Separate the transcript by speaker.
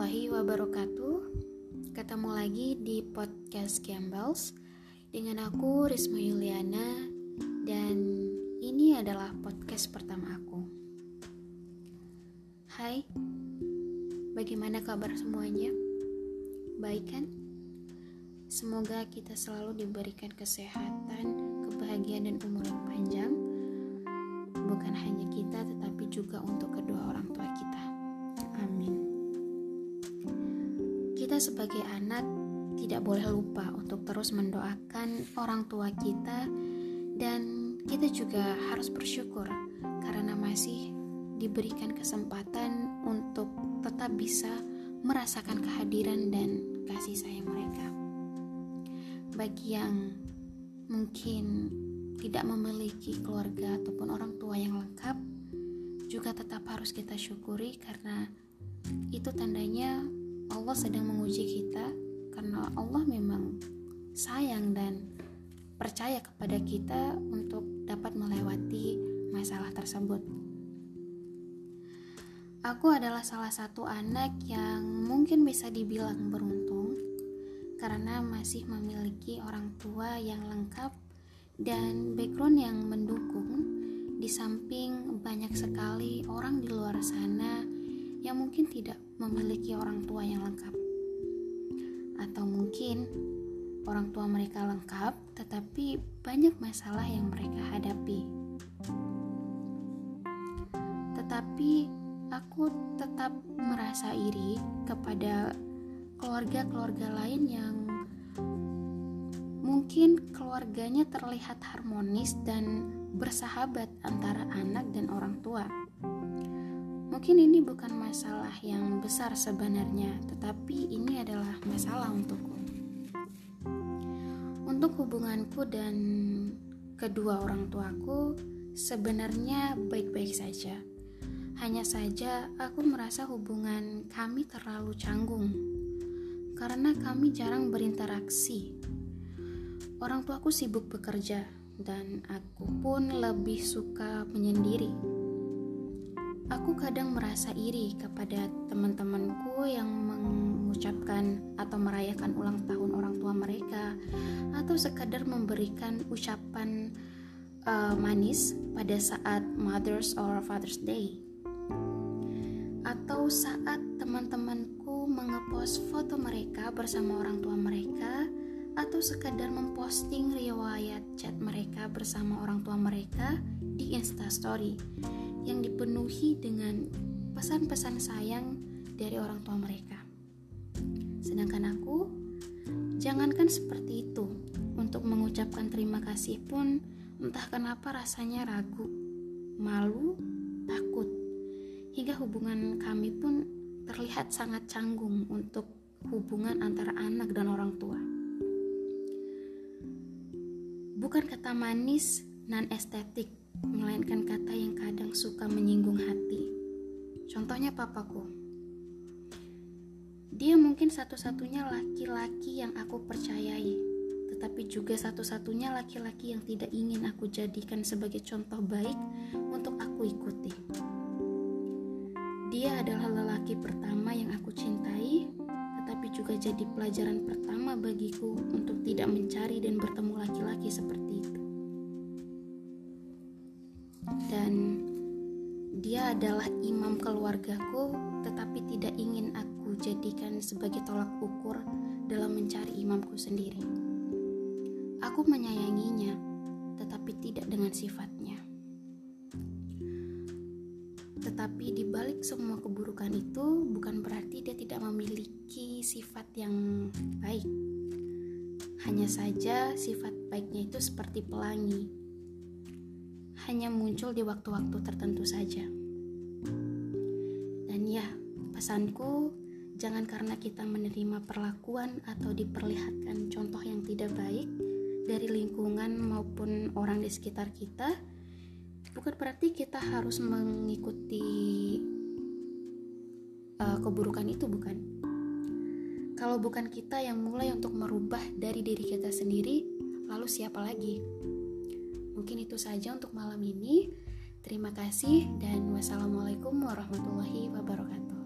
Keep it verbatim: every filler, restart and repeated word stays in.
Speaker 1: warahmatullahi wabarakatuh. Ketemu lagi di podcast Gambles dengan aku Risma Yuliana, dan ini adalah podcast pertama aku. Hai, bagaimana kabar semuanya? Baik kan? Semoga kita selalu diberikan kesehatan, kebahagiaan, dan umur yang panjang. Bukan hanya kita, tetapi juga untuk kedua orang tua kita. Amin. Kita sebagai anak tidak boleh lupa untuk terus mendoakan orang tua kita, dan kita juga harus bersyukur karena masih diberikan kesempatan untuk tetap bisa merasakan kehadiran dan kasih sayang mereka. Bagi yang mungkin tidak memiliki keluarga ataupun orang tua yang lengkap, juga tetap harus kita syukuri karena itu tandanya Allah sedang menguji kita, karena Allah memang sayang dan percaya kepada kita untuk dapat melewati masalah tersebut. Aku adalah salah satu anak yang mungkin bisa dibilang beruntung karena masih memiliki orang tua yang lengkap dan background yang mendukung, di samping banyak sekali orang di luar sana yang mungkin tidak memiliki orang tua yang lengkap, atau mungkin orang tua mereka lengkap tetapi banyak masalah yang mereka hadapi. Tetapi aku tetap merasa iri kepada keluarga-keluarga lain yang mungkin keluarganya terlihat harmonis dan bersahabat antara anak dan orang tua. Mungkin ini bukan masalah yang besar sebenarnya, tetapi ini adalah masalah untukku. Untuk hubunganku dan kedua orang tuaku sebenarnya baik-baik saja. Hanya saja aku merasa hubungan kami terlalu canggung karena kami jarang berinteraksi. Orang tuaku sibuk bekerja dan aku pun lebih suka menyendiri. Aku kadang merasa iri kepada teman-temanku yang mengucapkan atau merayakan ulang tahun orang tua mereka, atau sekadar memberikan ucapan uh, manis pada saat Mother's or Father's Day, atau saat teman-temanku mengepost foto mereka bersama orang tua mereka, atau sekadar memposting riwayat chat mereka bersama orang tua mereka di Instastory yang dipenuhi dengan pesan-pesan sayang dari orang tua mereka. Sedangkan aku, jangankan seperti itu, untuk mengucapkan terima kasih pun entah kenapa rasanya ragu, malu, takut, hingga hubungan kami pun terlihat sangat canggung untuk hubungan antara anak dan orang tua. Bukan kata manis non estetik, melainkan kata yang kadang suka menyinggung hati. Contohnya papaku. Dia mungkin satu-satunya laki-laki yang aku percayai, tetapi juga satu-satunya laki-laki yang tidak ingin aku jadikan sebagai contoh baik untuk aku ikuti. Dia adalah lelaki pertama yang aku cintai, tetapi juga jadi pelajaran pertama bagiku untuk tidak mencari dan bertemu laki-laki seperti itu. Dan dia adalah imam keluargaku, tetapi tidak ingin aku jadikan sebagai tolak ukur dalam mencari imamku sendiri. Aku menyayanginya, tetapi tidak dengan sifatnya. Tetapi di balik semua keburukan itu, bukan berarti dia tidak memiliki sifat yang baik. Hanya saja sifat baiknya itu seperti pelangi, hanya muncul di waktu-waktu tertentu saja. Dan ya, pesanku, jangan karena kita menerima perlakuan atau diperlihatkan contoh yang tidak baik dari lingkungan maupun orang di sekitar kita, bukan berarti kita harus mengikuti uh, keburukan itu, bukan. Kalau bukan kita yang mulai untuk merubah dari diri kita sendiri, lalu siapa lagi? Mungkin itu saja untuk malam ini. Terima kasih dan wassalamualaikum warahmatullahi wabarakatuh.